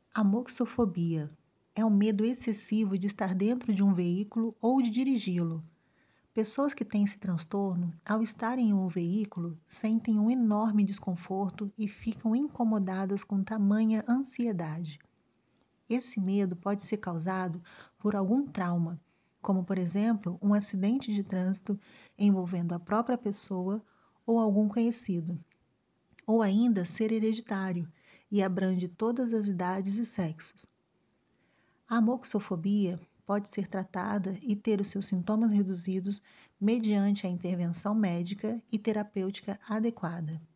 A moxofobia é o medo excessivo de estar dentro de um veículo ou de dirigi-lo. Pessoas que têm esse transtorno, ao estarem em um veículo, sentem um enorme desconforto e ficam incomodadas com tamanha ansiedade. Esse medo pode ser causado por algum trauma, como, por exemplo, um acidente de trânsito envolvendo a própria pessoa ou algum conhecido, ou ainda ser hereditário e abrange todas as idades e sexos. A moxofobia pode ser tratada e ter os seus sintomas reduzidos mediante a intervenção médica e terapêutica adequada.